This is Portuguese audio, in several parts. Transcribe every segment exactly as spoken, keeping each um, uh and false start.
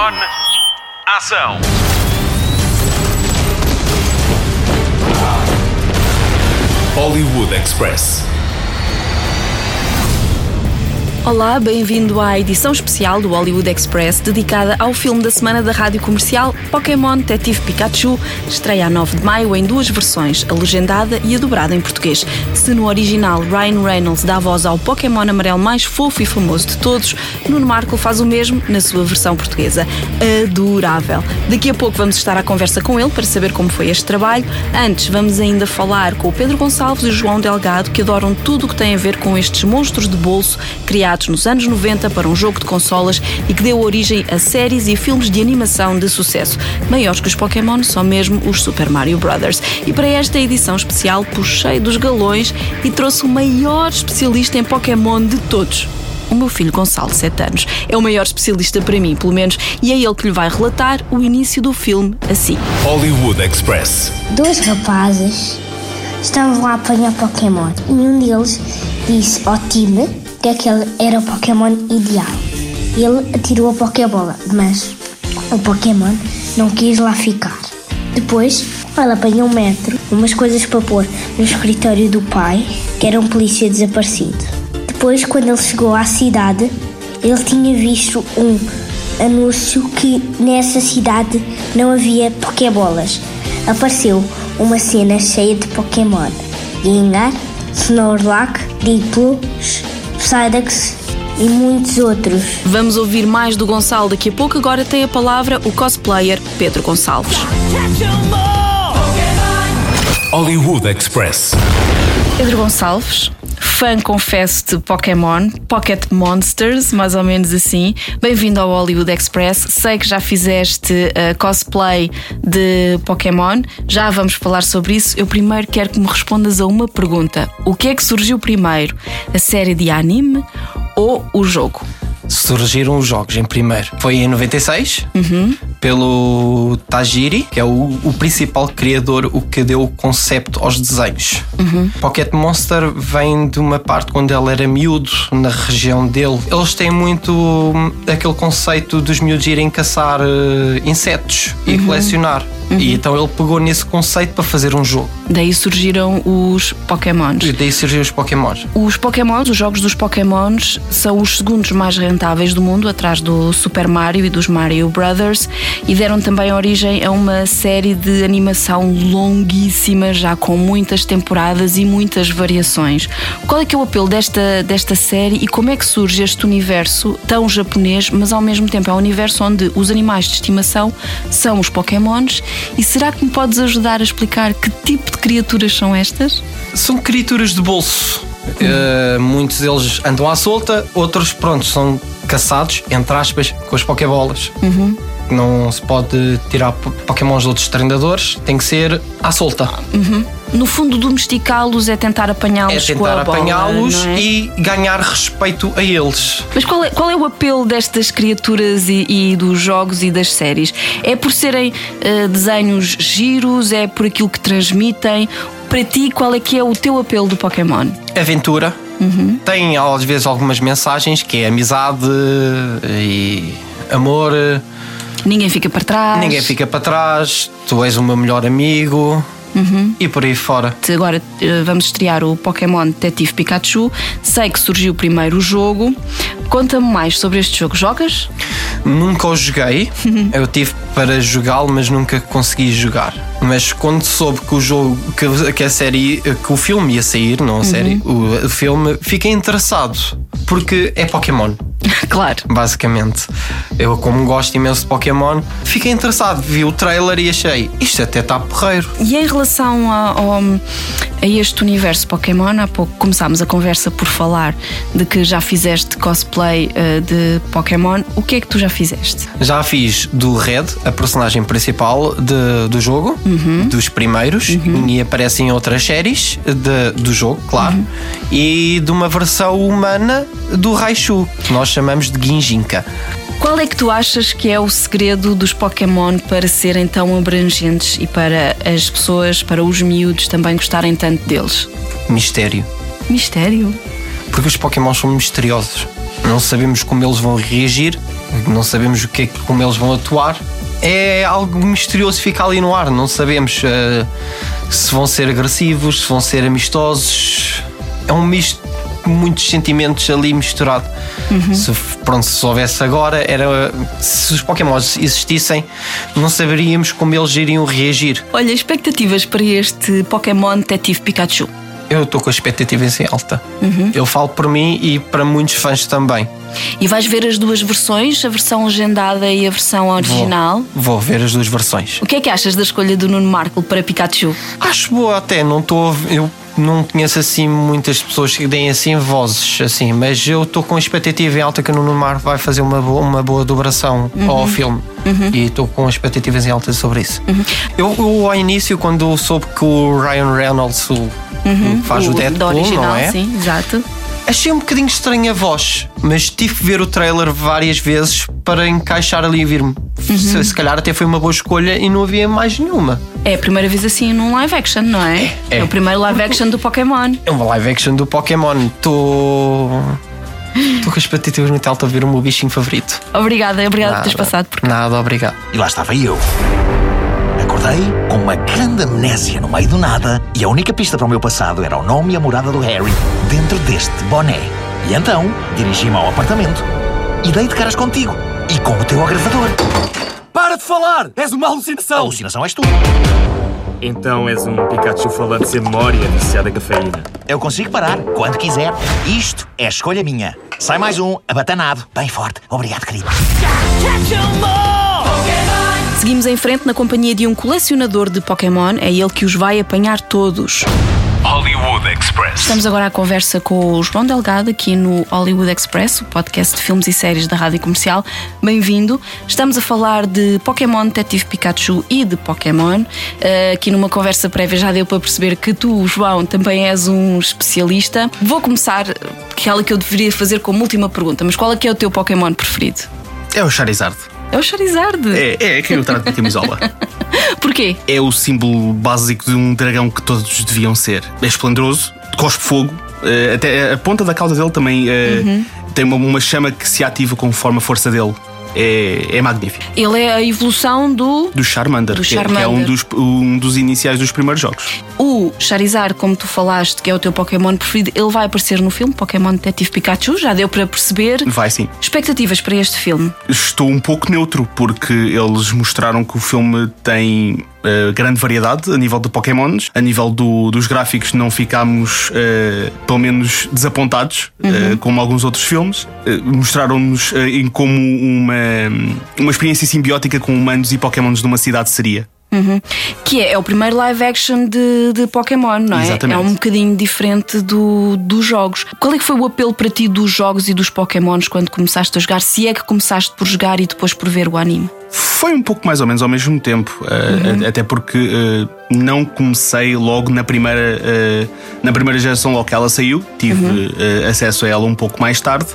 On. Ação. Hollywood Express. Olá, bem-vindo à edição especial do Hollywood Express dedicada ao filme da semana da rádio comercial Pokémon Detetive Pikachu. Estreia a nove de maio em duas versões, a legendada e a dobrada em português. Se no original Ryan Reynolds dá voz ao Pokémon amarelo mais fofo e famoso de todos, Nuno Marco faz o mesmo na sua versão portuguesa. Adorável! Daqui a pouco vamos estar à conversa com ele para saber como foi este trabalho. Antes, vamos ainda falar com o Pedro Gonçalves e o João Delgado, que adoram tudo o que tem a ver com estes monstros de bolso criados nos anos noventa para um jogo de consolas e que deu origem a séries e filmes de animação de sucesso. Maiores que os Pokémon são mesmo os Super Mario Brothers. E para esta edição especial puxei dos galões e trouxe o maior especialista em Pokémon de todos. O meu filho Gonçalo, sete anos, é o maior especialista para mim, pelo menos, e é ele que lhe vai relatar o início do filme assim. Hollywood Express. Dois rapazes estavam a apanhar Pokémon e um deles disse ao time que aquele era o Pokémon ideal. Ele atirou a Pokébola, mas o Pokémon não quis lá ficar. Depois, ele apanhou um metro, umas coisas para pôr no escritório do pai, que era um polícia desaparecido. Depois, quando ele chegou à cidade, ele tinha visto um anúncio que nessa cidade não havia Pokébolas. Apareceu uma cena cheia de Pokémon. Gengar, Snorlax, Diplo, Psyduck e muitos outros. Vamos ouvir mais do Gonçalo daqui a pouco. Agora tem a palavra o cosplayer Pedro Gonçalves. Hollywood Express. Pedro Gonçalves, fã, confesso, de Pokémon, Pocket Monsters, mais ou menos assim. Bem-vindo ao Hollywood Express. Sei que já fizeste uh, cosplay de Pokémon, já vamos falar sobre isso. Eu primeiro quero que me respondas a uma pergunta. O que é que surgiu primeiro? A série de anime ou o jogo? Surgiram os jogos em primeiro. Foi em noventa e seis, uhum. pelo Tajiri, que é o, o principal criador, o que deu o concepto aos desenhos. Uhum. Pocket Monster vem de uma parte quando ele era miúdo, na região dele. Eles têm muito hum, aquele conceito dos miúdos irem caçar uh, insetos e uhum. colecionar. Uhum. E então ele pegou nesse conceito para fazer um jogo. Daí surgiram os Pokémons. E daí surgiram os Pokémons. Os Pokémons, os jogos dos Pokémons, são os segundos mais rentáveis do mundo, atrás do Super Mario e dos Mario Brothers, e deram também origem a uma série de animação longuíssima, já com muitas temporadas e muitas variações. Qual é que é o apelo desta, desta série e como é que surge este universo tão japonês, mas ao mesmo tempo é um universo onde os animais de estimação são os Pokémons? E será que me podes ajudar a explicar que tipo de criaturas são estas? São criaturas de bolso. Uh, muitos deles andam à solta, outros, pronto, são caçados, entre aspas, com as Pokébolas. Uhum. Não se pode tirar Pokémons de outros treinadores, tem que ser à solta. Uhum. No fundo, domesticá-los é tentar apanhá-los é com a bola. É tentar apanhá-los é? e ganhar respeito a eles. Mas qual é, qual é o apelo destas criaturas e, e dos jogos e das séries? É por serem uh, desenhos giros? É por aquilo que transmitem? Para ti, qual é que é o teu apelo do Pokémon? Aventura. Uhum. Tem às vezes algumas mensagens que é amizade e amor. Ninguém fica para trás. Ninguém fica para trás. Tu és o meu melhor amigo. Uhum. E por aí fora. Agora vamos estrear o Pokémon Detetive Pikachu. Sei que surgiu primeiro o jogo. Conta-me mais sobre este jogo. Jogas? Nunca o joguei. Eu tive para jogá-lo, mas nunca consegui jogar. Mas quando soube que o jogo, que, que a série, que o filme ia sair, não a série, uhum. o, o filme, fiquei interessado. Porque é Pokémon. Claro. Basicamente. Eu, como gosto imenso de Pokémon, fiquei interessado. Vi o trailer e achei, isto até está porreiro. E em relação a, a, a este universo Pokémon, há pouco começámos a conversa por falar de que já fizeste cosplay uh, de Pokémon. O que é que tu já fizeste? Já fiz do Red, a personagem principal de, do jogo, uhum. dos primeiros, uhum. e aparece em outras séries de, do jogo, claro, uhum. e de uma versão humana do Raichu, que nós chamamos de Ginginka. Qual é que tu achas que é o segredo dos Pokémon para serem tão abrangentes e para as pessoas, para os miúdos também gostarem tanto deles? Mistério. Mistério? Porque os Pokémon são misteriosos. Não sabemos como eles vão reagir não sabemos o que é, como eles vão atuar. É algo misterioso, fica ali no ar. Não sabemos uh, se vão ser agressivos, se vão ser amistosos. É um misto de muitos sentimentos ali misturado. Uhum. Se, pronto, se houvesse agora, era, se os Pokémons existissem, não saberíamos como eles iriam reagir. Olha, expectativas para este Pokémon Detetive Pikachu? Eu estou com expectativas em alta. Uhum. Eu falo por mim e para muitos fãs também. E vais ver as duas versões, a versão legendada e a versão original? Vou, vou ver as duas versões. O que é que achas da escolha do Nuno Marco para Pikachu? Acho boa até, não estou. Eu não conheço assim muitas pessoas que deem assim vozes, assim, mas eu estou com expectativa em alta que o Nuno Marco vai fazer uma boa, uma boa dobração uhum. ao filme. Uhum. E estou com expectativas em alta sobre isso. Uhum. Eu, eu, ao início, quando soube que o Ryan Reynolds o, uhum. faz o, o Deadpool, original, não é? Sim, exato. Achei um bocadinho estranha a voz, mas tive que ver o trailer várias vezes para encaixar ali e vir-me. Uhum. Se, se calhar até foi uma boa escolha e não havia mais nenhuma. É a primeira vez assim num live action, não é? É, é. É o primeiro live action do Pokémon. É uma live action do Pokémon. Estou. Estou com expectativas muito altas a ver o meu bichinho favorito. Obrigada, obrigada Nada. por teres passado por cá. Nada, obrigado. E lá estava eu. Acordei com uma grande amnésia no meio do nada e a única pista para o meu passado era o nome e a morada do Harry dentro deste boné. E então dirigi-me ao apartamento e dei de caras contigo e com o teu agravador. Para de falar! És uma alucinação! A alucinação és tu. Então és um Pikachu falante sem memória, viciado a cafeína. Eu consigo parar quando quiser. Isto é escolha minha. Sai mais um, abatanado. Bem forte. Obrigado, querido. Seguimos em frente na companhia de um colecionador de Pokémon. É ele que os vai apanhar todos. Hollywood Express. Estamos agora à conversa com o João Delgado aqui no Hollywood Express, o podcast de filmes e séries da Rádio Comercial. Bem-vindo. Estamos a falar de Pokémon Detetive Pikachu e de Pokémon. Uh, aqui numa conversa prévia já deu para perceber que tu, João, também és um especialista. Vou começar aquela que eu deveria fazer como última pergunta, mas qual é que é o teu Pokémon preferido? É o Charizard. É o Charizard. É, é quem eu trato de camisola. Porquê? É o símbolo básico de um dragão que todos deviam ser. É esplendoroso, cospe fogo. Até a ponta da cauda dele também uhum. tem uma, uma chama que se ativa conforme a força dele. É, é magnífico. Ele é a evolução do... Do Charmander, do que, Charmander. É, que é um dos, um dos iniciais dos primeiros jogos. O Charizard, como tu falaste, que é o teu Pokémon preferido, ele vai aparecer no filme Pokémon Detetive Pikachu, já deu para perceber. Vai sim. Expectativas para este filme? Estou um pouco neutro, porque eles mostraram que o filme tem uh, grande variedade a nível de Pokémons. A nível do, dos gráficos não ficámos uh, pelo menos desapontados, uhum. uh, como alguns outros filmes. Uh, Mostraram-nos uh, em como uma, uma experiência simbiótica com humanos e Pokémons numa cidade seria. Uhum. Que é, é o primeiro live action de, de Pokémon, não é? Exatamente. É um bocadinho diferente do, dos jogos. Qual é que foi o apelo para ti dos jogos e dos Pokémons quando começaste a jogar? Se é que começaste por jogar e depois por ver o anime? Foi um pouco mais ou menos ao mesmo tempo, uhum. uh, até porque uh, não comecei logo na primeira, uh, na primeira geração logo que ela saiu. Tive uhum. uh, acesso a ela um pouco mais tarde.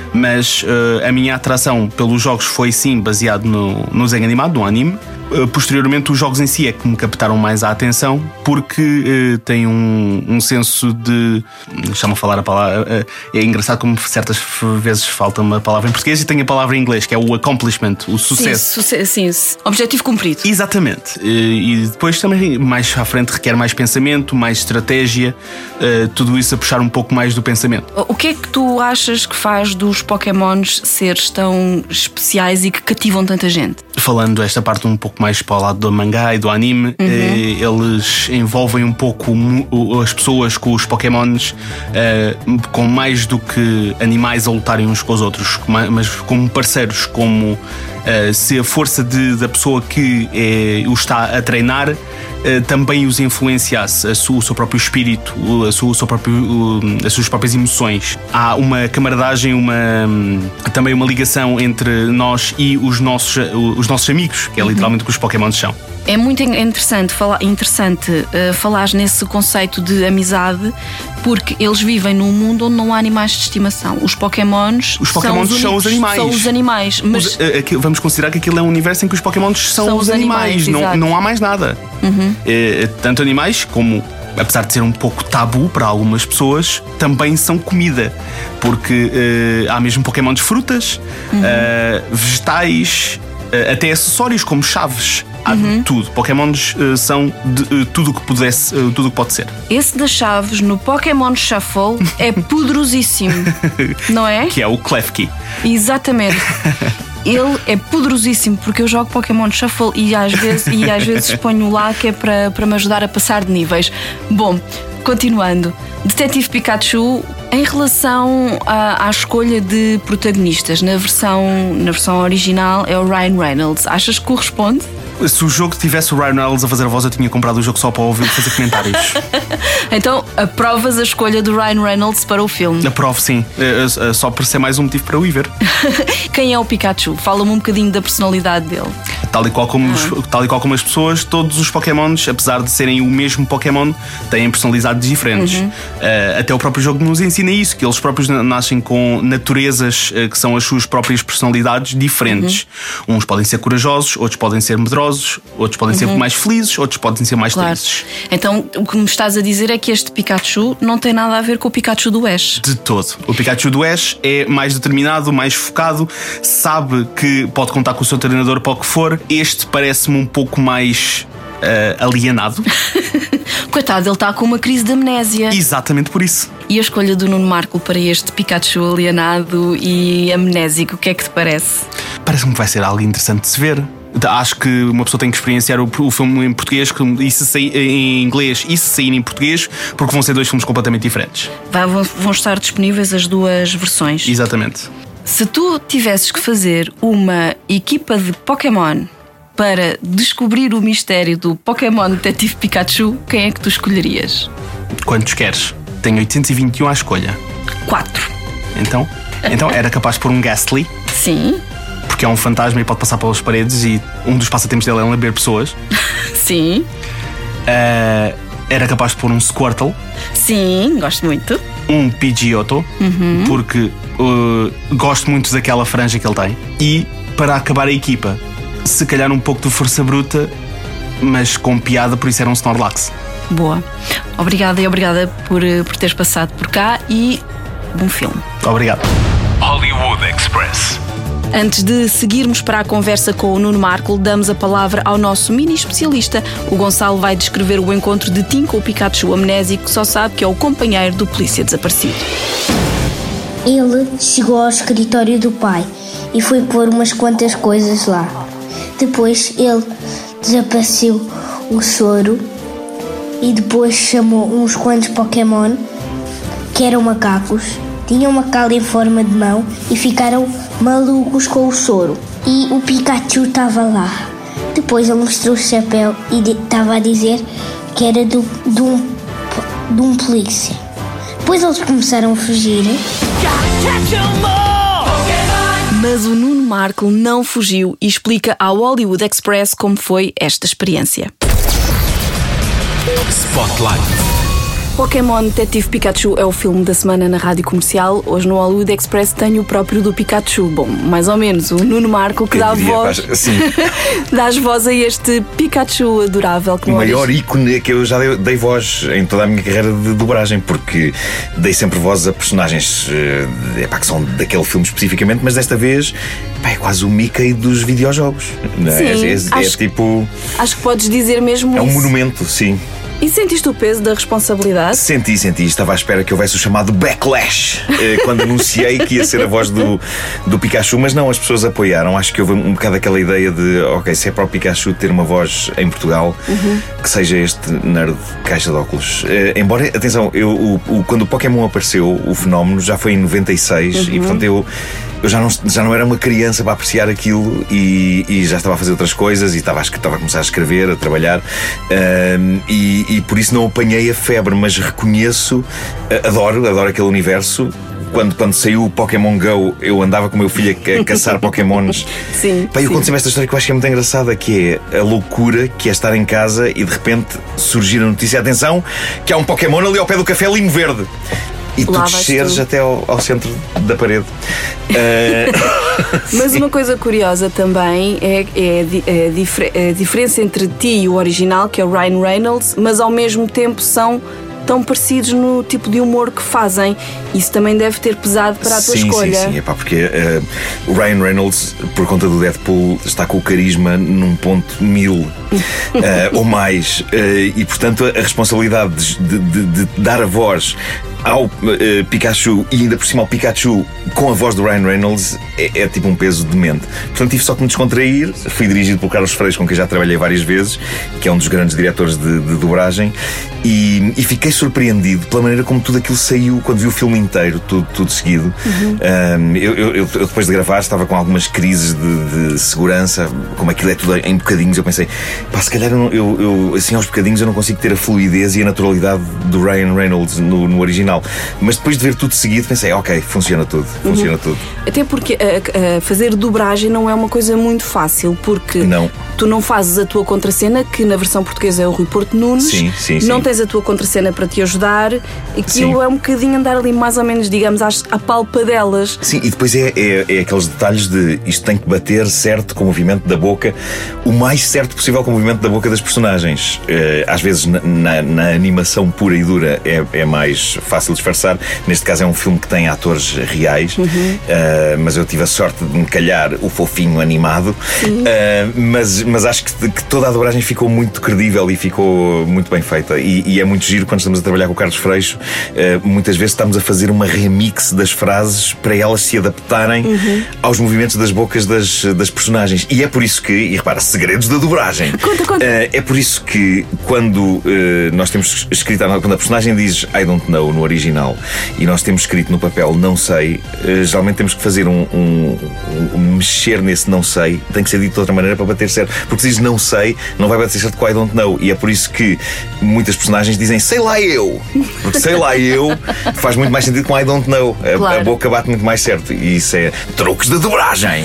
Mas uh, a minha atração pelos jogos foi sim baseado no, no desenho animado, no anime. Uh, posteriormente os jogos em si é que me captaram mais a atenção, porque uh, tem um, um senso de... Deixa-me falar a palavra... Uh, é engraçado como certas vezes falta uma palavra em português e tem a palavra em inglês, que é o accomplishment, o sucesso. Sim, sim, sim. Objetivo cumprido. Exatamente. Uh, e depois também mais à frente requer mais pensamento, mais estratégia, uh, tudo isso a puxar um pouco mais do pensamento. O que é que tu achas que faz dos Pokémons seres tão especiais e que cativam tanta gente? Falando esta parte um pouco mais para o lado do mangá e do anime, uhum. eh, eles envolvem um pouco as pessoas com os Pokémons eh, com mais do que animais a lutarem uns com os outros, mas como parceiros, como eh, se a força de, da pessoa que eh, o está a treinar Uh, também os influenciasse a sua, o seu próprio espírito, a sua, o seu próprio, uh, as suas próprias emoções. Há uma camaradagem, uma, um, também uma ligação entre nós e os nossos, uh, os nossos amigos, que é literalmente o que os Pokémons são. É muito interessante, falar, interessante uh, falar nesse conceito de amizade, porque eles vivem num mundo onde não há animais de estimação. Os Pokémons, os Pokémons são, os são os animais. São os animais. Mas os, uh, aqui, vamos considerar que aquilo é um universo em que os Pokémons são, são os, os animais. animais não, não há mais nada. Uhum. Uh, tanto animais como apesar de ser um pouco tabu para algumas pessoas, também são comida. Porque uh, há mesmo Pokémon de frutas, uhum. uh, vegetais, uh, até acessórios como chaves. Há uhum. de tudo. Pokémons uh, são de, uh, tudo o que pudesse, uh, tudo o que pode ser. Esse das chaves no Pokémon Shuffle é poderosíssimo, não é? Que é o Klefki. Exatamente. Ele é poderosíssimo porque eu jogo Pokémon Shuffle e às vezes, e às vezes ponho lá que é para, para me ajudar a passar de níveis. Bom, continuando. Detetive Pikachu, em relação à, à escolha de protagonistas, na versão, na versão original é o Ryan Reynolds. Achas que corresponde? Se o jogo tivesse o Ryan Reynolds a fazer a voz, eu tinha comprado o jogo só para ouvir fazer comentários. Então, aprovas a escolha do Ryan Reynolds para o filme? Aprovo, sim. É, é, só por ser mais um motivo para o ir ver. Quem é o Pikachu? Fala-me um bocadinho da personalidade dele. Tal e, qual como ah. os, tal e qual como as pessoas, todos os Pokémons, apesar de serem o mesmo Pokémon, têm personalidades diferentes. Uhum. Uh, até o próprio jogo nos ensina isso, que eles próprios nascem com naturezas uh, que são as suas próprias personalidades diferentes. Uhum. Uns podem ser corajosos, outros podem ser medrosos, outros podem uhum. ser mais felizes, outros podem ser mais claro. tristes. Então o que me estás a dizer é que este Pikachu não tem nada a ver com o Pikachu do Ash. De todo. O Pikachu do Ash é mais determinado, mais focado, sabe que pode contar com o seu treinador para o que for. Este parece-me um pouco mais uh, alienado. Coitado, ele está com uma crise de amnésia. Exatamente por isso. E a escolha do Nuno Marco para este Pikachu alienado e amnésico, o que é que te parece? Parece-me que vai ser algo interessante de se ver. Acho que uma pessoa tem que experienciar o, o filme em português e se sair em inglês e se sair em português, porque vão ser dois filmes completamente diferentes. Vai, vão estar disponíveis as duas versões. Exatamente. Se tu tivesses que fazer uma equipa de Pokémon para descobrir o mistério do Pokémon Detetive Pikachu, quem é que tu escolherias? Quantos queres? Tenho oitocentos e vinte e um à escolha. Quatro. Então, então era capaz de pôr um Ghastly. Sim. Porque é um fantasma e pode passar pelas paredes e um dos passatempos dele é lamber pessoas. Sim. Uh, era capaz de pôr um Squirtle. Sim, gosto muito. Um Pidgeotto, uhum. porque uh, gosto muito daquela franja que ele tem. E para acabar a equipa, se calhar um pouco de força bruta, mas com piada, por isso era um Snorlax. Boa. Obrigada e obrigada por, por teres passado por cá e bom filme. Obrigado. Hollywood Express. Antes de seguirmos para a conversa com o Nuno Marco, damos a palavra ao nosso mini especialista. O Gonçalo vai descrever o encontro de Tim com o Pikachu amnésico, que só sabe que é o companheiro do polícia desaparecido. Ele chegou ao escritório do pai e foi pôr umas quantas coisas lá. Depois ele desapareceu o soro e depois chamou uns quantos Pokémon que eram macacos. Tinham uma cala em forma de mão e ficaram malucos com o soro. E o Pikachu estava lá. Depois ele mostrou o chapéu e estava a dizer que era do, de, um, de um polícia. Depois eles começaram a fugir. Mas o Nuno Marco não fugiu e explica ao Hollywood Express como foi esta experiência. Spotlight. Pokémon Detetive Pikachu é o filme da semana na Rádio Comercial. Hoje no Hollywood Express tenho o próprio do Pikachu. Bom, mais ou menos, o Nuno Marco que dá voz, dás voz a este Pikachu adorável. Que o maior ícone que eu já dei, dei voz em toda a minha carreira de dobragem, porque dei sempre voz a personagens é, pá, que são daquele filme especificamente, mas desta vez pá, é quase o Mickey dos videojogos. Sim, é, é, é, acho, é tipo. Acho que podes dizer mesmo É um isso. monumento, sim. E sentiste o peso da responsabilidade? Senti, senti. Estava à espera que houvesse o chamado backlash eh, quando anunciei que ia ser a voz do, do Pikachu, mas não, as pessoas apoiaram. Acho que houve um bocado aquela ideia de ok, se é para o Pikachu ter uma voz em Portugal, uhum. que seja este nerd de caixa de óculos. Eh, embora, atenção, eu, o, o, quando o Pokémon apareceu, o fenómeno já foi em noventa e seis uhum. e portanto eu Eu já não, já não era uma criança para apreciar aquilo e, e já estava a fazer outras coisas e estava, estava a começar a escrever, a trabalhar um, e, e por isso não apanhei a febre, mas reconheço, adoro, adoro aquele universo. Quando, quando saiu o Pokémon Go, eu andava com o meu filho a, a caçar Pokémons. Sim. Pá, eu conto sempre esta história que eu acho que é muito engraçada, que é a loucura que é estar em casa e de repente surgir a notícia, atenção, que há um Pokémon ali ao pé do café Linho Verde. e tu Lá vais desceres tu. até ao, ao centro da parede. Uh, Mas uma coisa curiosa também é, é, a di- é a difer- a diferença entre ti e o original, que é o Ryan Reynolds, mas ao mesmo tempo são tão parecidos no tipo de humor que fazem. Isso também deve ter pesado para a tua sim, escolha. Sim, sim, epá, porque uh, o Ryan Reynolds, por conta do Deadpool, está com o carisma num ponto mil uh, ou mais. Uh, e, portanto, a responsabilidade de, de, de dar a voz ao uh, Pikachu e ainda por cima ao Pikachu com a voz do Ryan Reynolds é, é tipo um peso demente. Portanto, tive só que me descontrair. Fui dirigido por Carlos Freixo, com quem já trabalhei várias vezes, que é um dos grandes diretores de, de dobragem, e, e fiquei surpreendido pela maneira como tudo aquilo saiu quando vi o filme inteiro, tudo, tudo seguido. Uhum. Um, eu, eu, eu, depois de gravar, estava com algumas crises de, de segurança, como aquilo é tudo em bocadinhos. Eu pensei, pá, se calhar eu, eu, eu, assim aos bocadinhos eu não consigo ter a fluidez e a naturalidade do Ryan Reynolds no, no original. Mas depois de ver tudo seguido, pensei, ok, funciona tudo, funciona uhum. tudo. Até porque uh, uh, fazer dobragem não é uma coisa muito fácil, porque não. tu não fazes a tua contracena, que na versão portuguesa é o Rui Porto Nunes. Sim, sim, não sim. tens a tua contracena para te ajudar. Aquilo Sim. é um bocadinho andar ali mais ou menos, digamos, às, à palpa delas. Sim, e depois é, é, é aqueles detalhes de isto tem que bater certo com o movimento da boca, o mais certo possível com o movimento da boca das personagens. Uh, às vezes na, na, na animação pura e dura é, é mais fácil disfarçar. Neste caso é um filme que tem atores reais, uhum. uh, mas eu tive a sorte de me calhar o fofinho animado. Uh, mas, mas acho que, que toda a dobragem ficou muito credível e ficou muito bem feita. E, e é muito giro quando estamos a trabalhar com o Carlos Freixo. Uh, muitas vezes estamos a fazer uma remix das frases para elas se adaptarem uhum. aos movimentos das bocas das, das personagens. E é por isso que, e repara, segredos da dobragem. Conta, conta. Uh, é por isso que quando uh, nós temos escrito, quando a personagem diz I don't know no original e nós temos escrito no papel não sei, uh, geralmente temos que fazer um, um, um mexer nesse não sei, tem que ser dito de outra maneira para bater certo. Porque se diz não sei, não vai bater certo com I don't know. E é por isso que muitas personagens dizem sei lá eu. Porque sei lá eu faz muito mais sentido com I don't know. A, claro. a boca bate muito mais certo. E isso é truques de dobragem.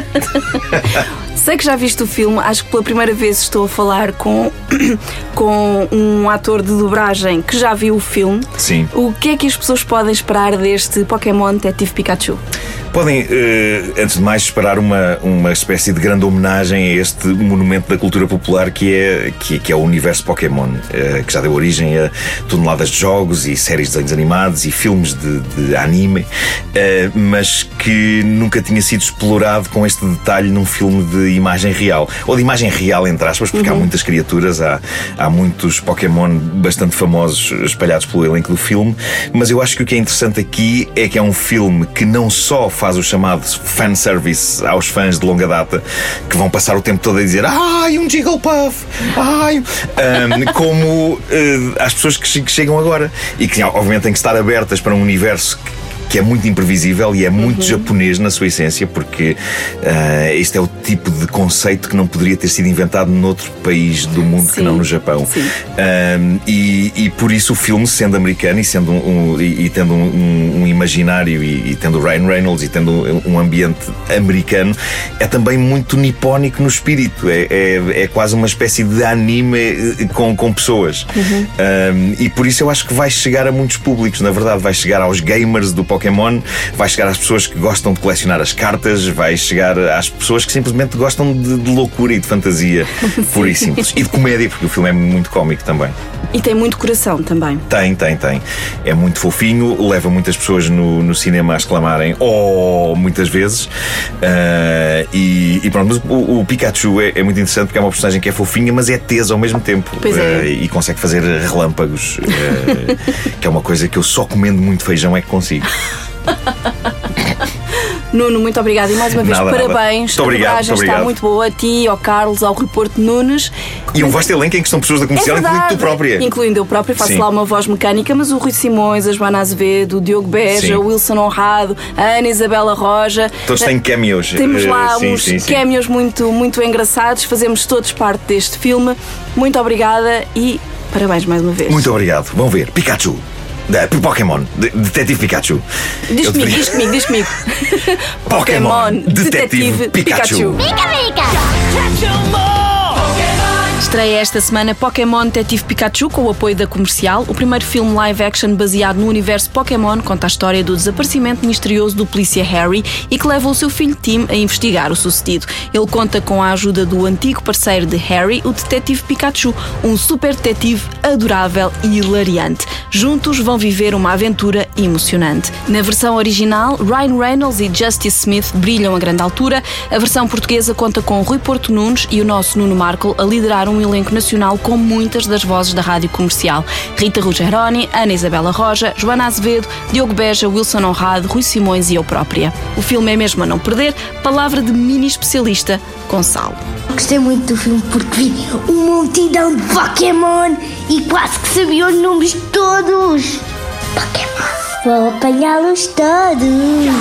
Sei que já viste o filme, acho que pela primeira vez estou a falar com, com um ator de dobragem que já viu o filme. Sim. O que é que as pessoas podem esperar deste Pokémon Detetive Pikachu? Podem, eh, antes de mais, esperar uma, uma espécie de grande homenagem a este monumento da cultura popular que é, que, que é o universo Pokémon, eh, que já deu origem a toneladas de jogos e séries de desenhos animados e filmes de, de anime, eh, mas que nunca tinha sido explorado com este detalhe num filme de imagem real. Ou de imagem real, entre aspas, porque uhum. há muitas criaturas, há, há muitos Pokémon bastante famosos espalhados pelo elenco do filme, mas eu acho que o que é interessante aqui é que é um filme que não só faz o chamado fanservice aos fãs de longa data que vão passar o tempo todo a dizer ai, um Jigglypuff, ai, um, como uh, às pessoas que, que chegam agora e que obviamente têm que estar abertas para um universo que que é muito imprevisível e é muito uhum. japonês na sua essência, porque uh, este é o tipo de conceito que não poderia ter sido inventado noutro país do mundo Sim. que não no Japão. Um, e, e por isso o filme, sendo americano e, sendo um, um, e, e tendo um, um imaginário e, e tendo Ryan Reynolds e tendo um, um ambiente americano, é também muito nipónico no espírito. É, é, é quase uma espécie de anime com, com pessoas. Uhum. Um, e por isso eu acho que vai chegar a muitos públicos. Na verdade, vai chegar aos gamers do Pokémon, vai chegar às pessoas que gostam de colecionar as cartas, vai chegar às pessoas que simplesmente gostam de, de loucura e de fantasia pura e simples. E de comédia, porque o filme é muito cómico também. E tem muito coração também. Tem, tem, tem. É muito fofinho, leva muitas pessoas no, no cinema a exclamarem oh, muitas vezes. Uh, e, e pronto, mas o, o Pikachu é, é muito interessante porque é uma personagem que é fofinha, mas é tesa ao mesmo tempo. Pois é. Uh, e consegue fazer relâmpagos, uh, que é uma coisa que eu só comendo muito feijão é que consigo. Nuno, muito obrigado e mais uma vez nada, parabéns. Nada. Muito obrigado, a dobragem muito está obrigado. muito boa a ti, ao Carlos, ao Rui Porto Nunes. E um vasto elenco em que estão pessoas da comercial, é incluindo tu própria. Incluindo eu própria, faço Sim. lá uma voz mecânica, mas o Rui Simões, a Joana Azevedo, o Diogo Beja, Sim. o Wilson Honrado, a Ana Isabela Roja. Todos têm cameos. Temos lá uh, sim, uns sim, sim. cameos muito, muito engraçados, fazemos todos parte deste filme. Muito obrigada e parabéns mais uma vez. Muito obrigado. Vão ver. Pikachu. Da, por Pokémon, de, Detetive Pikachu. Diz comigo, diz comigo, diz comigo. Pokémon Detetive Pikachu. Pica, pica! Catch 'em all! Pokémon! Estreia esta semana Pokémon Detetive Pikachu com o apoio da Comercial. O primeiro filme live-action baseado no universo Pokémon conta a história do desaparecimento misterioso do polícia Harry e que leva o seu filho Tim a investigar o sucedido. Ele conta com a ajuda do antigo parceiro de Harry, o detetive Pikachu, um super detetive adorável e hilariante. Juntos vão viver uma aventura emocionante. Na versão original, Ryan Reynolds e Justice Smith brilham a grande altura. A versão portuguesa conta com Rui Porto Nunes e o nosso Nuno Marco a liderar um elenco nacional com muitas das vozes da rádio comercial. Rita Rogeroni, Ana Isabela Roja, Joana Azevedo, Diogo Beja, Wilson Honrado, Rui Simões e eu própria. O filme é mesmo a não perder. Palavra de mini especialista, Gonçalo. Gostei muito do filme porque vi um multidão de Pokémon e quase que sabia os nomes todos. Pokémon. Vou apanhá-los todos.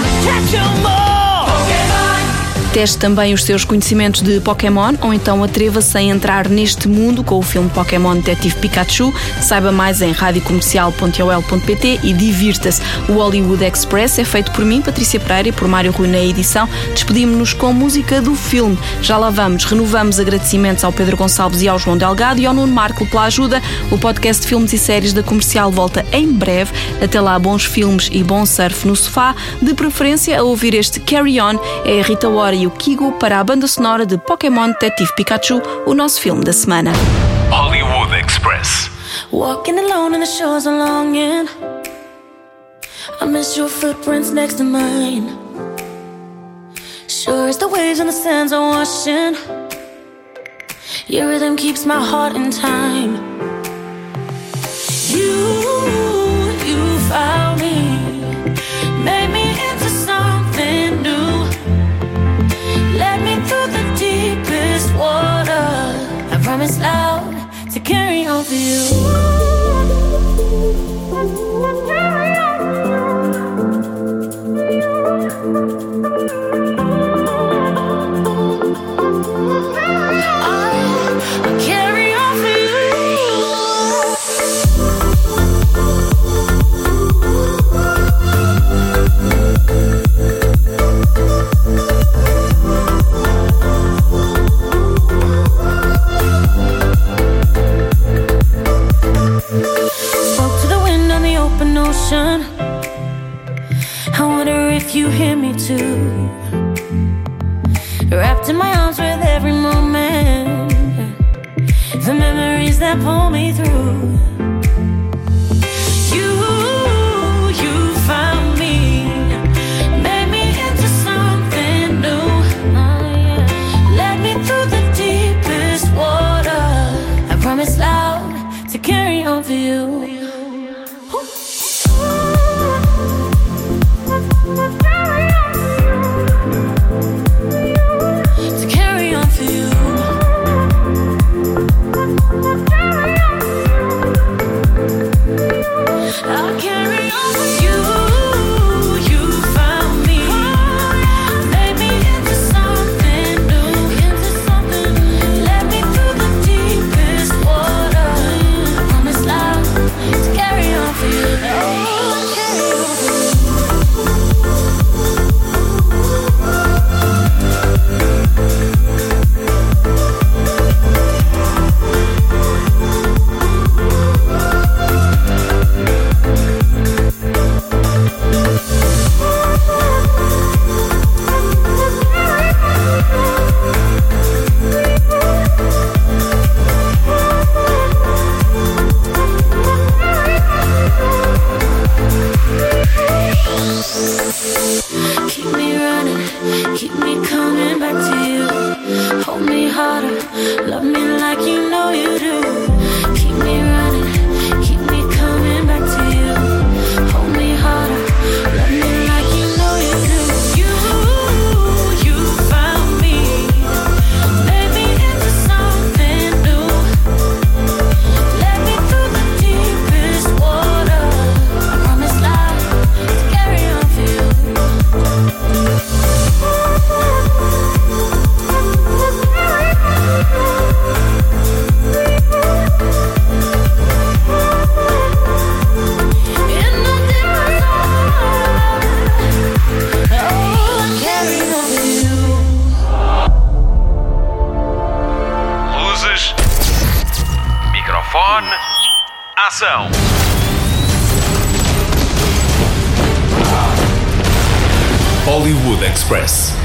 Teste também os seus conhecimentos de Pokémon ou então atreva-se a entrar neste mundo com o filme Pokémon Detetive Pikachu. Saiba mais em radiocomercial ponto ol ponto pt e divirta-se. O Hollywood Express é feito por mim, Patrícia Pereira, e por Mário Rui na edição. Despedimos-nos com música do filme. Já lá vamos. Renovamos agradecimentos ao Pedro Gonçalves e ao João Delgado e ao Nuno Marco pela ajuda. O podcast de filmes e séries da Comercial volta em breve. Até lá, bons filmes e bom surf no sofá. De preferência a ouvir este Carry On. É a Rita Ora e o Kigo para a banda sonora de Pokémon Detetive Pikachu, o nosso filme da semana. Hollywood Express. Walking alone on the shores of longing, I miss your footprints next to mine. Sure as the waves and the sands are washing, your rhythm keeps my heart in time. You, you found me, made me into something new. Led me through the deepest water. I promise loud to carry on for you. I'll carry on for you. I wonder if you hear me too. Wrapped in my arms with every moment, the memories that pull me through. You, you found me, made me into something new. Oh, yeah. Led me through the deepest water. I promise loud to carry on for you. To carry on for you. I'll carry on for you. You found me, made me into something new, into something. Led me through the deepest water. I promise loud to carry on for you. Oh, carry on for you. Keep me running, keep me coming back to you. Hold me harder, love me like you know you do. Keep me running, keep me coming back to you. Hold me harder, love me like you know you do. You, you found me, made me into something new. Led me through the deepest water. I promise loud to carry on for you. Microfone. Ação. Hollywood Express.